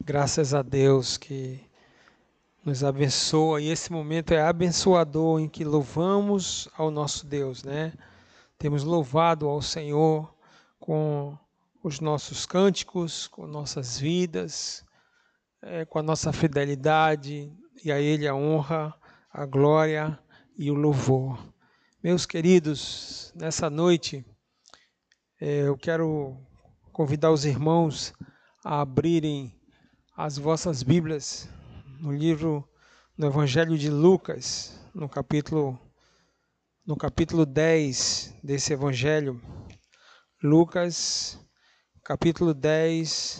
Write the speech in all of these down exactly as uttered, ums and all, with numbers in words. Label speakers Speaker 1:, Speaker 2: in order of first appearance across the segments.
Speaker 1: Graças a Deus que nos abençoa, e esse momento é abençoador em que louvamos ao nosso Deus, né? Temos louvado ao Senhor com os nossos cânticos, com nossas vidas, é, com a nossa fidelidade, e a Ele a honra, a glória e o louvor. Meus queridos, nessa noite é, eu quero convidar os irmãos a abrirem as vossas Bíblias no livro, no Evangelho de Lucas, no capítulo, no capítulo dez desse Evangelho. Lucas, capítulo dez,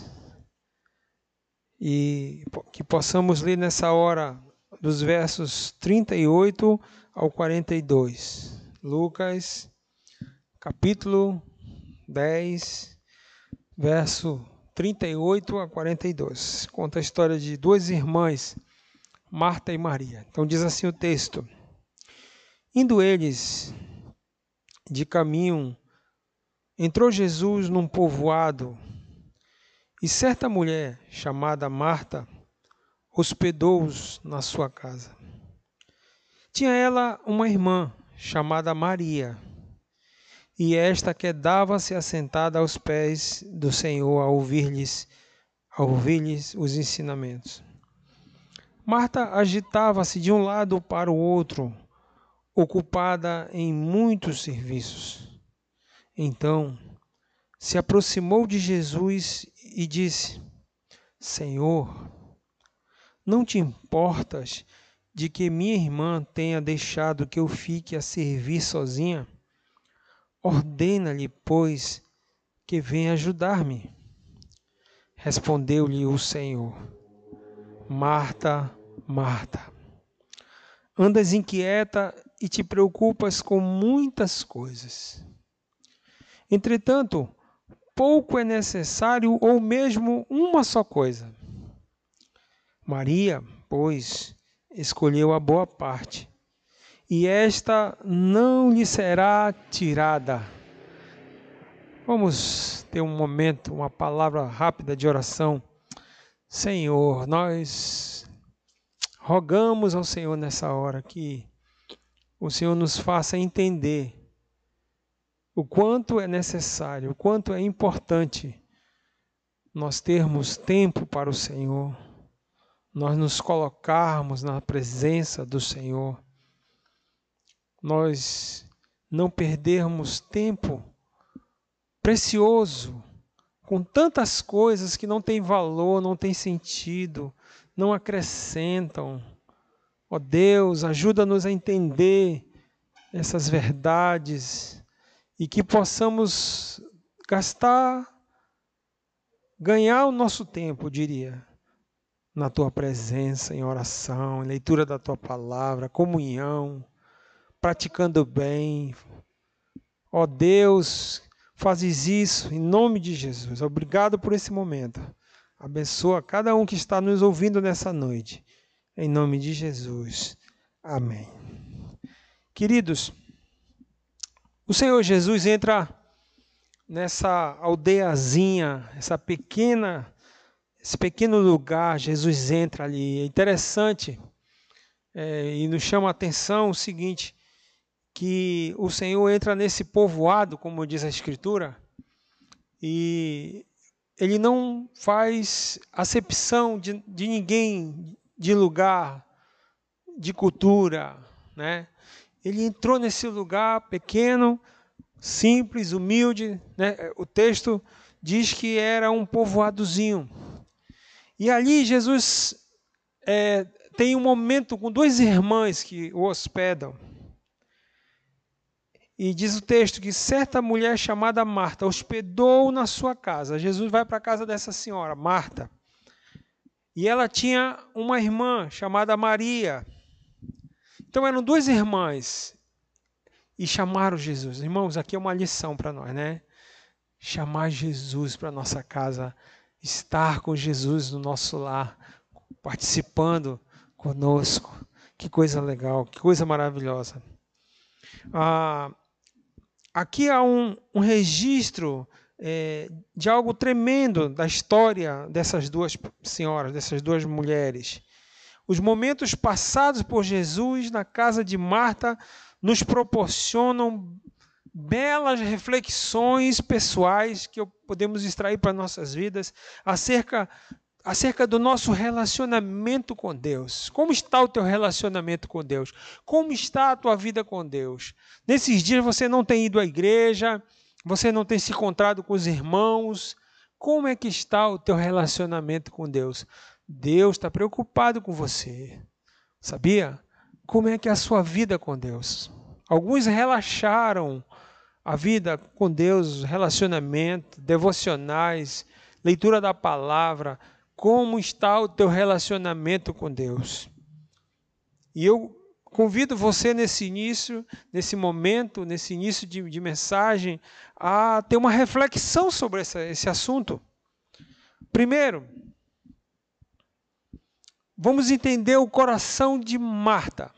Speaker 1: e que possamos ler nessa hora dos versos trinta e oito ao quarenta e dois. Lucas, capítulo dez, verso trinta e oito a quarenta e dois. Conta a história de duas irmãs, Marta e Maria. Então diz assim o texto: Indo eles de caminho, entrou Jesus num povoado, e certa mulher, chamada Marta, hospedou-os na sua casa. Tinha ela uma irmã, chamada Maria, e esta quedava-se assentada aos pés do Senhor a ouvir-lhes, a ouvir-lhes os ensinamentos. Marta agitava-se de um lado para o outro, ocupada em muitos serviços. Então, se aproximou de Jesus e disse: Senhor, não te importas de que minha irmã tenha deixado que eu fique a servir sozinha? Ordena-lhe, pois, que venha ajudar-me. Respondeu-lhe o Senhor: Marta, Marta, andas inquieta e te preocupas com muitas coisas. Entretanto, pouco é necessário, ou mesmo uma só coisa. Maria, pois, escolheu a boa parte, e esta não lhe será tirada. Vamos ter um momento, uma palavra rápida de oração. Senhor, nós rogamos ao Senhor nessa hora que o Senhor nos faça entender o quanto é necessário, o quanto é importante nós termos tempo para o Senhor, nós nos colocarmos na presença do Senhor, nós não perdermos tempo precioso com tantas coisas que não têm valor, não têm sentido, não acrescentam. Ó Deus, ajuda-nos a entender essas verdades e que possamos gastar, ganhar o nosso tempo, diria, na Tua presença, em oração, em leitura da Tua palavra, comunhão, praticando bem. Ó Deus, fazes isso em nome de Jesus. Obrigado por esse momento. Abençoa cada um que está nos ouvindo nessa noite. Em nome de Jesus. Amém. Queridos, o Senhor Jesus entra nessa aldeiazinha, essa pequena, esse pequeno lugar, Jesus entra ali. É interessante é, e nos chama a atenção o seguinte, que o Senhor entra nesse povoado, como diz a Escritura, e Ele não faz acepção de, de ninguém, de lugar, de cultura, né? Ele entrou nesse lugar pequeno, simples, humilde, né? O texto diz que era um povoadozinho. E ali Jesus é, tem um momento com duas irmãs que o hospedam. E diz o texto que certa mulher chamada Marta hospedou na sua casa. Jesus vai para a casa dessa senhora, Marta. E ela tinha uma irmã chamada Maria. Então eram duas irmãs. E chamaram Jesus. Irmãos, aqui é uma lição para nós, né? Chamar Jesus para a nossa casa. Estar com Jesus no nosso lar. Participando conosco. Que coisa legal, que coisa maravilhosa. Ah, aqui há um, um registro é, de algo tremendo da história dessas duas senhoras, dessas duas mulheres. Os momentos passados por Jesus na casa de Marta nos proporcionam belas reflexões pessoais que podemos extrair para nossas vidas acerca, acerca do nosso relacionamento com Deus. Como está o teu relacionamento com Deus? Como está a tua vida com Deus? Nesses dias você não tem ido à igreja, você não tem se encontrado com os irmãos. Como é que está o teu relacionamento com Deus? Deus está preocupado com você. Sabia? Como é que é a sua vida com Deus? Alguns relaxaram a vida com Deus, relacionamento, devocionais, leitura da palavra. Como está o teu relacionamento com Deus? E eu convido você nesse início, nesse momento, nesse início de, de mensagem, a ter uma reflexão sobre essa, esse assunto. Primeiro, vamos entender o coração de Marta.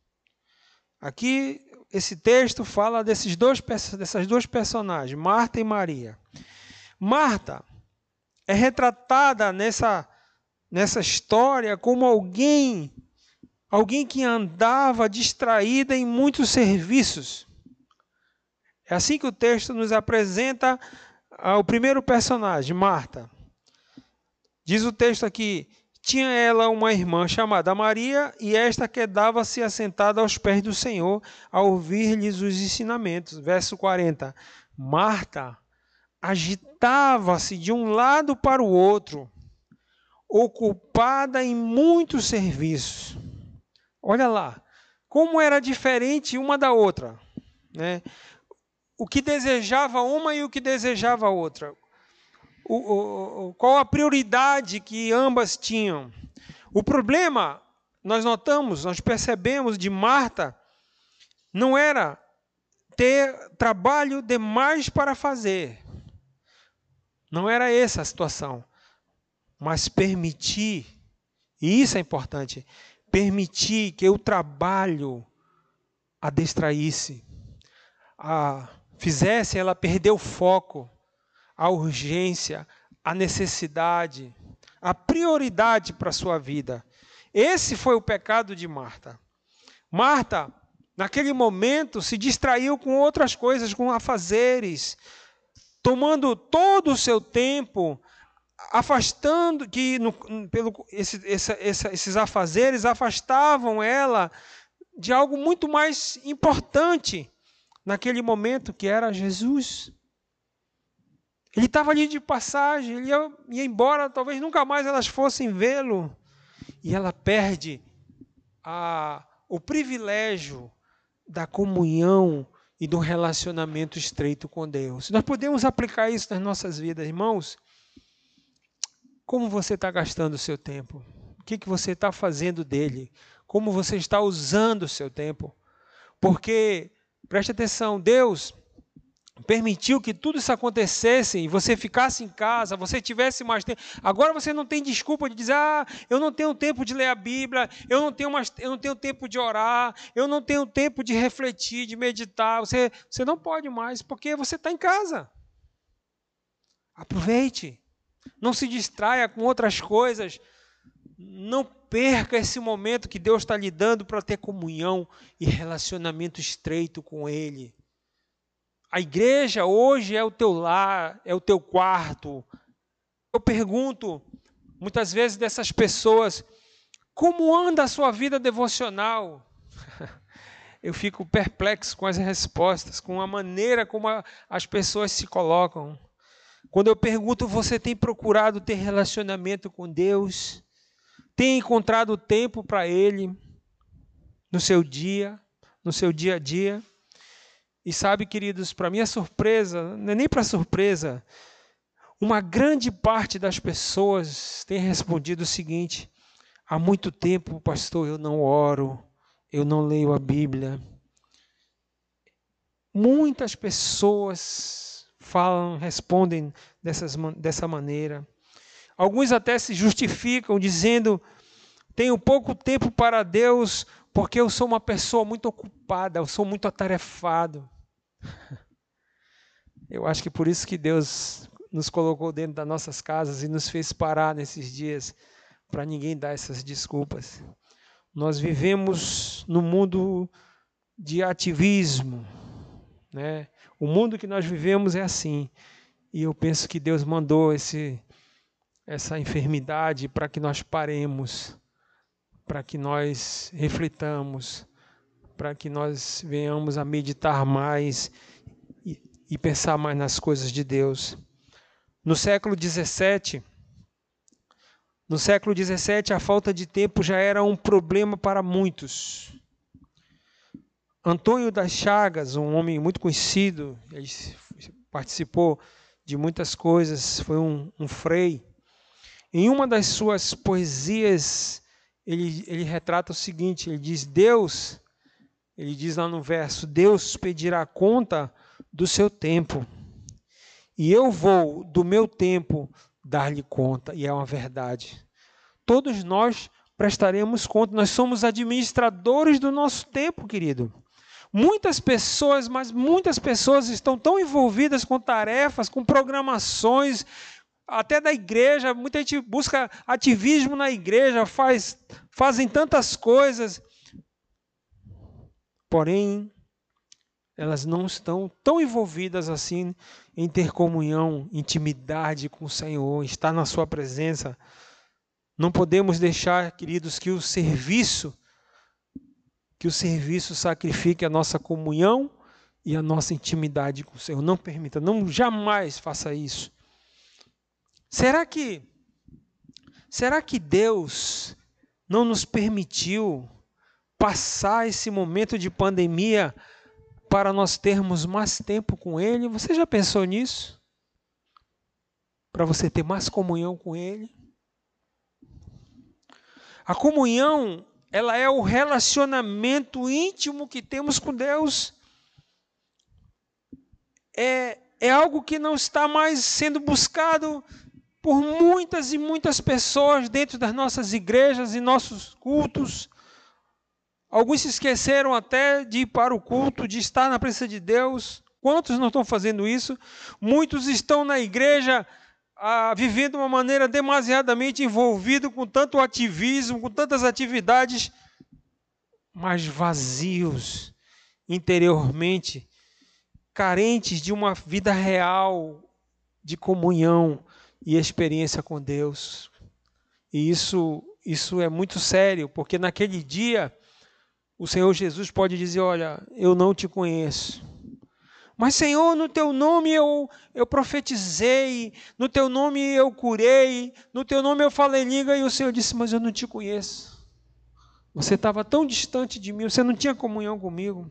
Speaker 1: Aqui, esse texto fala desses dois, dessas duas personagens, Marta e Maria. Marta é retratada nessa, nessa história como alguém, alguém que andava distraída em muitos serviços. É assim que o texto nos apresenta o primeiro personagem, Marta. Diz o texto aqui: tinha ela uma irmã chamada Maria, e esta quedava-se assentada aos pés do Senhor, a ouvir-lhes os ensinamentos. Verso quarenta. Marta agitava-se de um lado para o outro, ocupada em muitos serviços. Olha lá, como era diferente uma da outra, né? O que desejava uma e o que desejava a outra. O, o, o, qual a prioridade que ambas tinham. O problema, nós notamos, nós percebemos de Marta, não era ter trabalho demais para fazer. Não era essa a situação. Mas permitir, e isso é importante, permitir que o trabalho a distraísse, a, fizesse ela perder o foco, a urgência, a necessidade, a prioridade para a sua vida. Esse foi o pecado de Marta. Marta, naquele momento, se distraiu com outras coisas, com afazeres, tomando todo o seu tempo, afastando, que no, pelo, esse, esse, esse, esses afazeres afastavam ela de algo muito mais importante naquele momento, que era Jesus. Ele estava ali de passagem, ele ia, ia embora, talvez nunca mais elas fossem vê-lo. E ela perde a, o privilégio da comunhão e do relacionamento estreito com Deus. Nós podemos aplicar isso nas nossas vidas, irmãos. Como você está gastando o seu tempo? O que, que você está fazendo dele? Como você está usando o seu tempo? Porque, preste atenção, Deus permitiu que tudo isso acontecesse e você ficasse em casa, você tivesse mais tempo. Agora você não tem desculpa de dizer: ah, eu não tenho tempo de ler a Bíblia, eu não tenho, mais, eu não tenho tempo de orar, eu não tenho tempo de refletir, de meditar. Você, você não pode mais, porque você está em casa. Aproveite. Não se distraia com outras coisas. Não perca esse momento que Deus está lhe dando para ter comunhão e relacionamento estreito com Ele. A igreja hoje é o teu lar, é o teu quarto. Eu pergunto, muitas vezes, dessas pessoas: como anda a sua vida devocional? Eu fico perplexo com as respostas, com a maneira como a, as pessoas se colocam. Quando eu pergunto: você tem procurado ter relacionamento com Deus? Tem encontrado tempo para Ele no seu dia, no seu dia a dia? E sabe, queridos, para minha surpresa, não é nem para surpresa, uma grande parte das pessoas tem respondido o seguinte: há muito tempo, pastor, eu não oro, eu não leio a Bíblia. Muitas pessoas falam, respondem dessas, dessa maneira. Alguns até se justificam dizendo: tenho pouco tempo para Deus porque eu sou uma pessoa muito ocupada, eu sou muito atarefado. Eu acho que por isso que Deus nos colocou dentro das nossas casas e nos fez parar nesses dias, para ninguém dar essas desculpas. Nós vivemos no mundo de ativismo, né? O mundo que nós vivemos é assim. E eu penso que Deus mandou esse, essa enfermidade para que nós paremos, para que nós reflitamos, para que nós venhamos a meditar mais e, e pensar mais nas coisas de Deus. No século dezessete, no século dezessete, a falta de tempo já era um problema para muitos. Antônio das Chagas, um homem muito conhecido, ele participou de muitas coisas, foi um, um frei. Em uma das suas poesias, ele, ele retrata o seguinte, ele diz, Deus, ele diz lá no verso, Deus pedirá conta do seu tempo, e eu vou, do meu tempo, dar-lhe conta, e é uma verdade. Todos nós prestaremos conta, nós somos administradores do nosso tempo, querido. Muitas pessoas, mas muitas pessoas estão tão envolvidas com tarefas, com programações, até da igreja, muita gente busca ativismo na igreja, faz, fazem tantas coisas, porém, elas não estão tão envolvidas assim em ter comunhão, intimidade com o Senhor, estar na sua presença. Não podemos deixar, queridos, que o serviço, que o serviço sacrifique a nossa comunhão e a nossa intimidade com o Senhor. Não permita, não jamais faça isso. Será que, será que Deus não nos permitiu passar esse momento de pandemia para nós termos mais tempo com Ele? Você já pensou nisso? Para você ter mais comunhão com Ele? A comunhão, ela é o relacionamento íntimo que temos com Deus. É, é algo que não está mais sendo buscado por muitas e muitas pessoas dentro das nossas igrejas e nossos cultos. Alguns se esqueceram até de ir para o culto, de estar na presença de Deus. Quantos não estão fazendo isso? Muitos estão na igreja ah, vivendo de uma maneira demasiadamente envolvida com tanto ativismo, com tantas atividades, mas vazios interiormente, carentes de uma vida real, de comunhão e experiência com Deus. E isso, isso é muito sério, porque naquele dia o Senhor Jesus pode dizer, olha, eu não te conheço. Mas, Senhor, no teu nome eu, eu profetizei, no teu nome eu curei, no teu nome eu falei língua, e o Senhor disse, mas eu não te conheço. Você estava tão distante de mim, você não tinha comunhão comigo.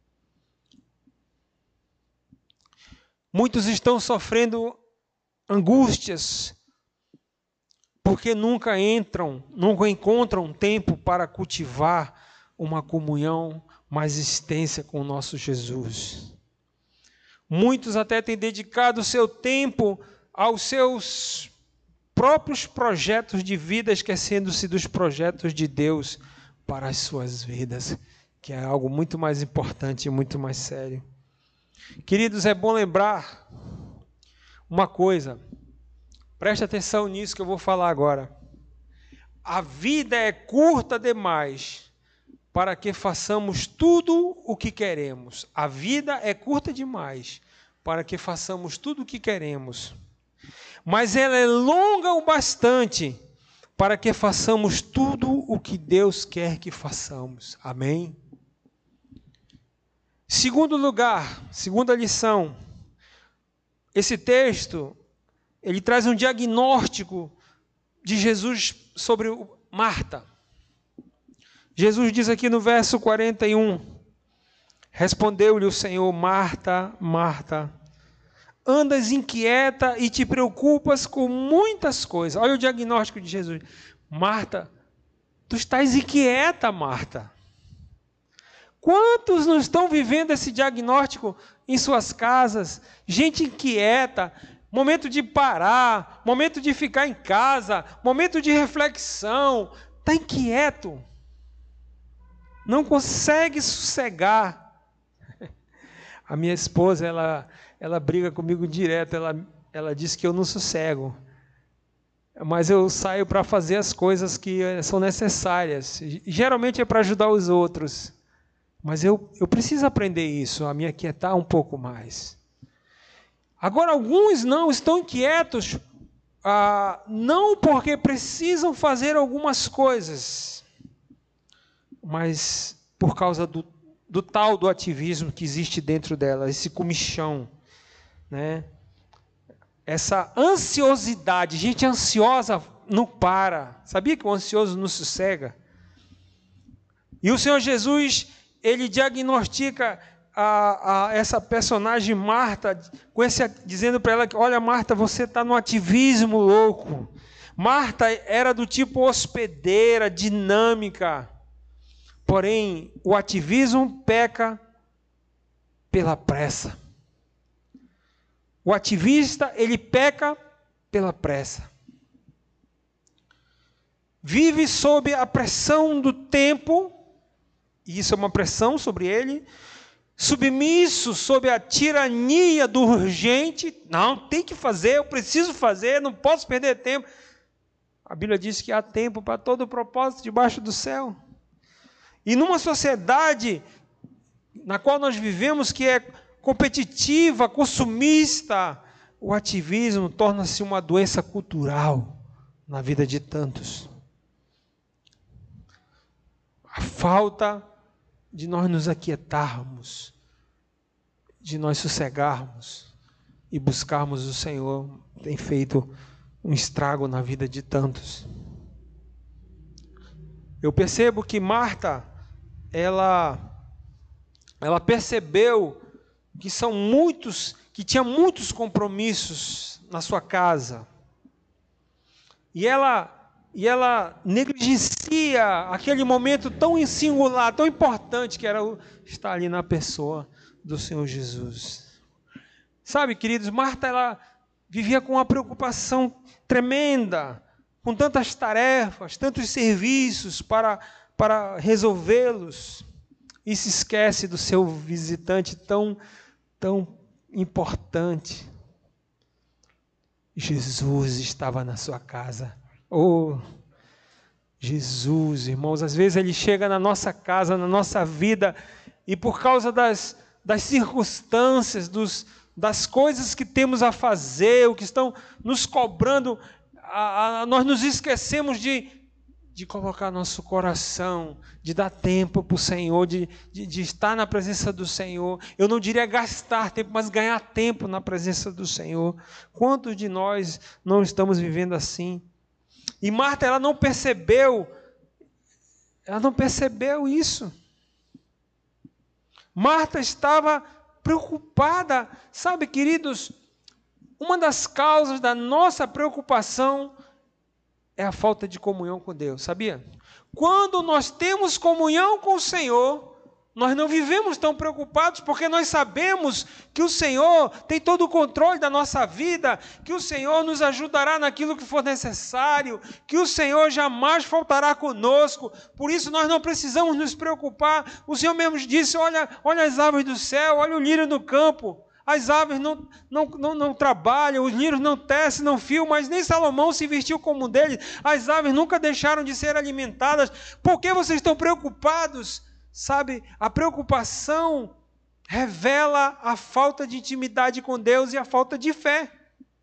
Speaker 1: Muitos estão sofrendo angústias, porque nunca entram, nunca encontram tempo para cultivar uma comunhão mais extensa com o nosso Jesus. Muitos até têm dedicado o seu tempo aos seus próprios projetos de vida, esquecendo-se dos projetos de Deus para as suas vidas, que é algo muito mais importante e muito mais sério. Queridos, é bom lembrar uma coisa, preste atenção nisso que eu vou falar agora. A vida é curta demais para que façamos tudo o que queremos. A vida é curta demais para que façamos tudo o que queremos. Mas ela é longa o bastante para que façamos tudo o que Deus quer que façamos. Amém? Segundo lugar, segunda lição. Esse texto, ele traz um diagnóstico de Jesus sobre Marta. Jesus diz aqui no verso quarenta e um, respondeu-lhe o Senhor, Marta, Marta, andas inquieta e te preocupas com muitas coisas. Olha o diagnóstico de Jesus. Marta, tu estás inquieta, Marta. Quantos não estão vivendo esse diagnóstico em suas casas? Gente inquieta, momento de parar, momento de ficar em casa, momento de reflexão, está inquieto. Não consegue sossegar. A minha esposa, ela, ela briga comigo direto, ela, ela diz que eu não sossego. Mas eu saio para fazer as coisas que são necessárias. Geralmente é para ajudar os outros. Mas eu, eu preciso aprender isso, a me aquietar um pouco mais. Agora, alguns não estão inquietos, ah, não porque precisam fazer algumas coisas, mas por causa do, do tal do ativismo que existe dentro dela, esse comichão, né? Essa ansiosidade. Gente ansiosa não para. Sabia que o ansioso não sossega? E o Senhor Jesus, ele diagnostica a, a essa personagem Marta, com esse, dizendo para ela que, olha, Marta, você está no ativismo louco. Marta era do tipo hospedeira, dinâmica. Porém, o ativismo peca pela pressa. O ativista, ele peca pela pressa. Vive sob a pressão do tempo, e isso é uma pressão sobre ele, submisso sob a tirania do urgente. Não, tem que fazer, eu preciso fazer, não posso perder tempo. A Bíblia diz que há tempo para todo propósito debaixo do céu. E numa sociedade na qual nós vivemos, que é competitiva, consumista, o ativismo torna-se uma doença cultural na vida de tantos. A falta de nós nos aquietarmos, de nós sossegarmos e buscarmos o Senhor, tem feito um estrago na vida de tantos. Eu percebo que Marta, ela, ela percebeu que são muitos, que tinha muitos compromissos na sua casa. E ela, e ela negligencia aquele momento tão singular, tão importante, que era o, estar ali na pessoa do Senhor Jesus. Sabe, queridos, Marta, ela vivia com uma preocupação tremenda, com tantas tarefas, tantos serviços para, para resolvê-los, e se esquece do seu visitante tão, tão importante. Jesus estava na sua casa. Oh, Jesus, irmãos, às vezes ele chega na nossa casa, na nossa vida, e por causa das, das circunstâncias, dos, das coisas que temos a fazer, o que estão nos cobrando, a, a, nós nos esquecemos de, de colocar nosso coração, de dar tempo para o Senhor, de, de, de estar na presença do Senhor. Eu não diria gastar tempo, mas ganhar tempo na presença do Senhor. Quantos de nós não estamos vivendo assim? E Marta, ela não percebeu, ela não percebeu isso. Marta estava preocupada. Sabe, queridos, uma das causas da nossa preocupação é a falta de comunhão com Deus, sabia? Quando nós temos comunhão com o Senhor, nós não vivemos tão preocupados, porque nós sabemos que o Senhor tem todo o controle da nossa vida, que o Senhor nos ajudará naquilo que for necessário, que o Senhor jamais faltará conosco. Por isso nós não precisamos nos preocupar. O Senhor mesmo disse, olha, olha as aves do céu, olha o lírio do campo. As aves não, não, não, não trabalham, os lírios não tecem, não fiam, mas nem Salomão se vestiu como um deles. As aves nunca deixaram de ser alimentadas. Por que vocês estão preocupados? Sabe, a preocupação revela a falta de intimidade com Deus e a falta de fé.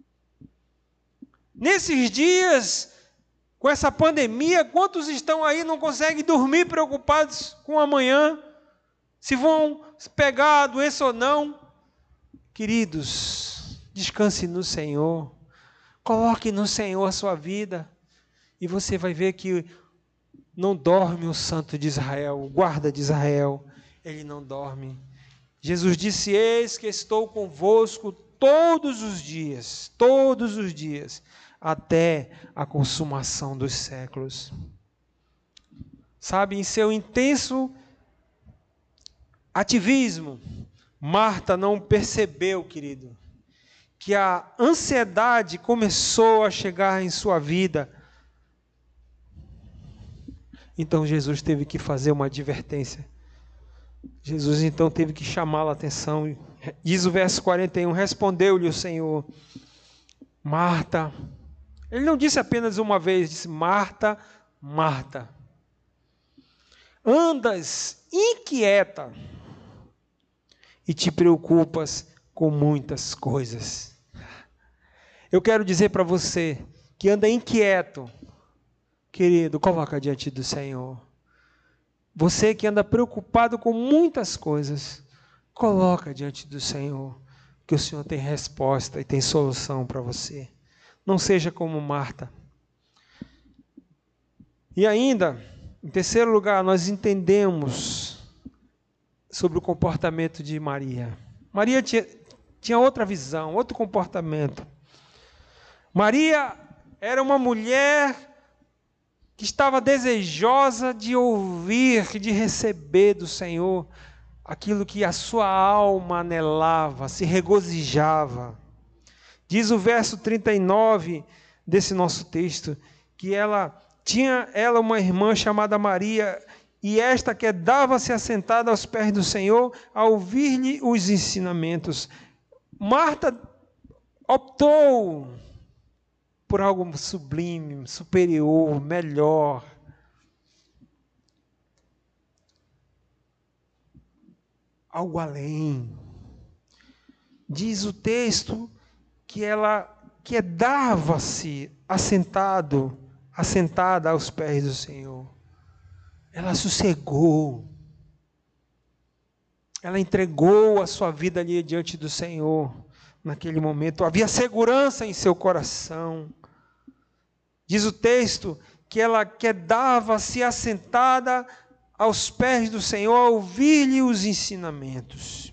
Speaker 1: Nesses dias, com essa pandemia, quantos estão aí e não conseguem dormir preocupados com o amanhã? Se vão pegar a doença ou não? Queridos, descanse no Senhor, coloque no Senhor a sua vida, e você vai ver que não dorme o Santo de Israel, o guarda de Israel, ele não dorme. Jesus disse, eis que estou convosco todos os dias, todos os dias, até a consumação dos séculos. Sabe, em seu intenso ativismo, Marta não percebeu, querido, que a ansiedade começou a chegar em sua vida. Então Jesus teve que fazer uma advertência. Jesus então teve que chamá-la a atenção Diz o verso quarenta e um, respondeu-lhe o Senhor, Marta. Ele não disse apenas uma vez, disse, Marta, Marta, andas inquieta e te preocupas com muitas coisas. Eu quero dizer para você que anda inquieto, querido, coloca diante do Senhor. Você que anda preocupado com muitas coisas, coloca diante do Senhor, que o Senhor tem resposta e tem solução para você. Não seja como Marta. E ainda, em terceiro lugar, nós entendemos sobre o comportamento de Maria. Maria tinha, tinha outra visão, outro comportamento. Maria era uma mulher que estava desejosa de ouvir, de receber do Senhor aquilo que a sua alma anelava, se regozijava. Diz o verso trinta e nove desse nosso texto, que ela tinha ela uma irmã chamada Maria, e esta quedava-se assentada aos pés do Senhor, a ouvir-lhe os ensinamentos. Marta optou por algo sublime, superior, melhor. Algo além. Diz o texto que ela quedava-se assentado, assentada aos pés do Senhor. Ela sossegou. Ela entregou a sua vida ali diante do Senhor. Naquele momento havia segurança em seu coração. Diz o texto que ela quedava-se assentada aos pés do Senhor, a ouvir-lhe os ensinamentos.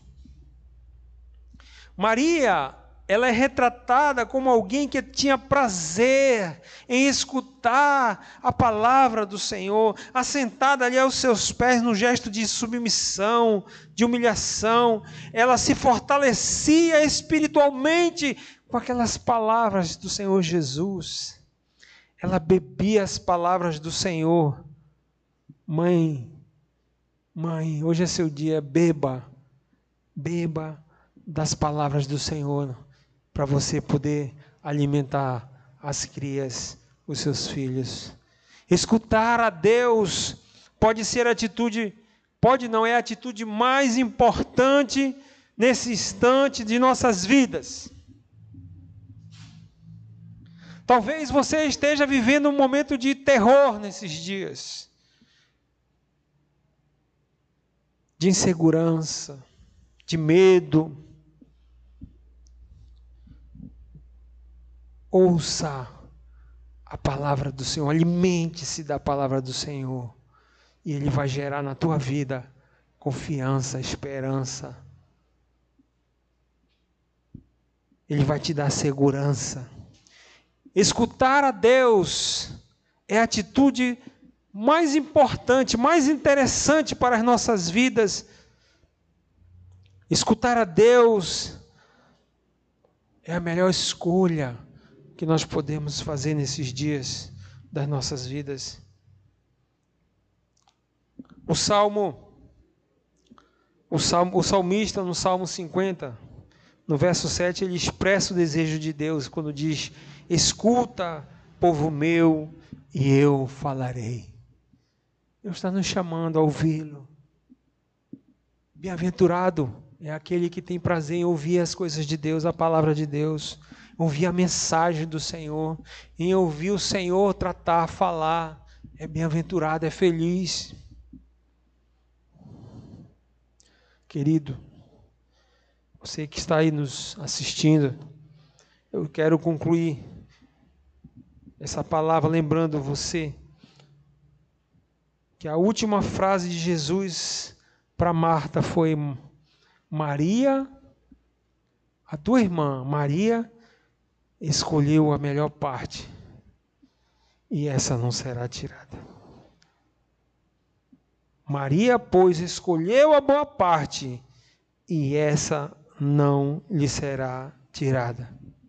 Speaker 1: Maria, ela é retratada como alguém que tinha prazer em escutar a palavra do Senhor, assentada ali aos seus pés no gesto de submissão, de humilhação. Ela se fortalecia espiritualmente com aquelas palavras do Senhor Jesus. Ela bebia as palavras do Senhor. Mãe, mãe, hoje é seu dia, beba, beba das palavras do Senhor, para você poder alimentar as crias, os seus filhos. Escutar a Deus pode ser a atitude, pode não, é a atitude mais importante nesse instante de nossas vidas. Talvez você esteja vivendo um momento de terror nesses dias, de insegurança, de medo. Ouça a palavra do Senhor, alimente-se da palavra do Senhor, e Ele vai gerar na tua vida confiança, esperança. Ele vai te dar segurança. Escutar a Deus é a atitude mais importante, mais interessante para as nossas vidas. Escutar a Deus é a melhor escolha que nós podemos fazer nesses dias das nossas vidas. O Salmo, o Salmo, o salmista no Salmo cinquenta, no verso sete, ele expressa o desejo de Deus quando diz: escuta, povo meu, e eu falarei. Deus está nos chamando a ouvi-lo. Bem-aventurado é aquele que tem prazer em ouvir as coisas de Deus, a palavra de Deus, ouvir a mensagem do Senhor, em ouvir o Senhor tratar, falar. É bem-aventurado, é feliz. Querido, você que está aí nos assistindo, eu quero concluir essa palavra lembrando você que a última frase de Jesus para Marta foi: Maria, a tua irmã, Maria, escolheu a melhor parte, e essa não será tirada. Maria, pois, escolheu a boa parte, e essa não lhe será tirada.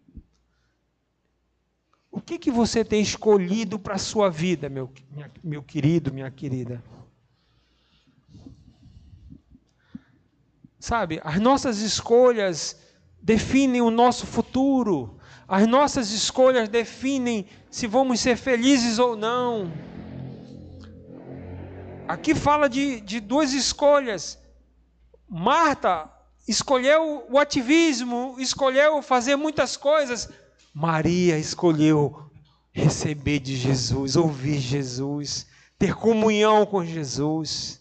Speaker 1: O que, que você tem escolhido para a sua vida, meu, minha, meu querido, minha querida? Sabe, as nossas escolhas definem o nosso futuro. As nossas escolhas definem se vamos ser felizes ou não. Aqui fala de, de duas escolhas. Marta escolheu o ativismo, escolheu fazer muitas coisas. Maria escolheu receber de Jesus, ouvir Jesus, ter comunhão com Jesus.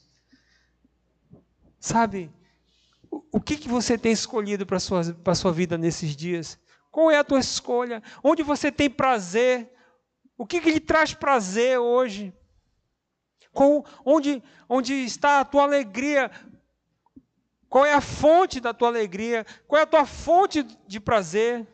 Speaker 1: Sabe, o que, que você tem escolhido para a sua, para a sua vida nesses dias? Qual é a tua escolha? Onde você tem prazer? O que, que lhe traz prazer hoje? Com, onde, onde está a tua alegria? Qual é a fonte da tua alegria? Qual é a tua fonte de prazer?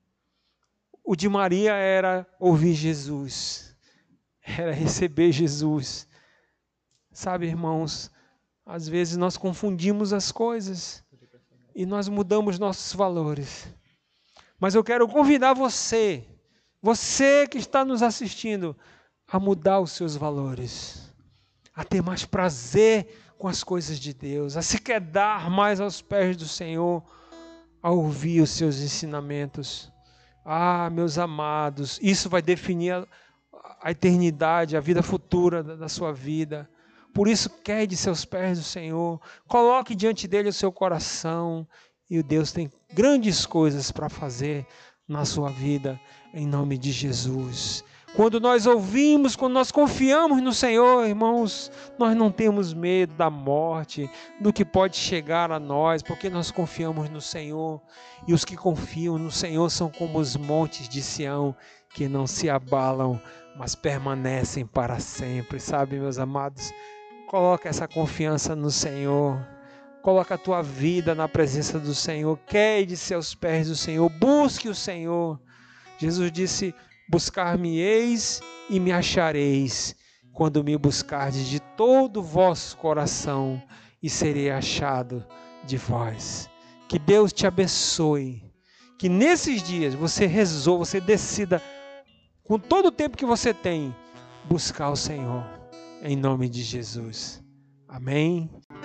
Speaker 1: O de Maria era ouvir Jesus, era receber Jesus. Sabe, irmãos, às vezes nós confundimos as coisas e nós mudamos nossos valores. Mas eu quero convidar você, você que está nos assistindo, a mudar os seus valores, a ter mais prazer com as coisas de Deus, a se quedar mais aos pés do Senhor, a ouvir os seus ensinamentos. Ah, meus amados, isso vai definir a, a eternidade, a vida futura da, da sua vida. Por isso, quede-se aos pés do Senhor, coloque diante dele o seu coração, e o Deus tem grandes coisas para fazer na sua vida, em nome de Jesus. Quando nós ouvimos, quando nós confiamos no Senhor, irmãos, nós não temos medo da morte, do que pode chegar a nós, porque nós confiamos no Senhor. E os que confiam no Senhor são como os montes de Sião, que não se abalam, mas permanecem para sempre. Sabe, meus amados? Coloca essa confiança no Senhor. Coloca a tua vida na presença do Senhor. Quede-se aos pés do Senhor. Busque o Senhor. Jesus disse: buscar-me-eis e me achareis, quando me buscardes de todo o vosso coração, e serei achado de vós. Que Deus te abençoe. Que nesses dias você resolva, você decida, com todo o tempo que você tem, buscar o Senhor. Em nome de Jesus. Amém.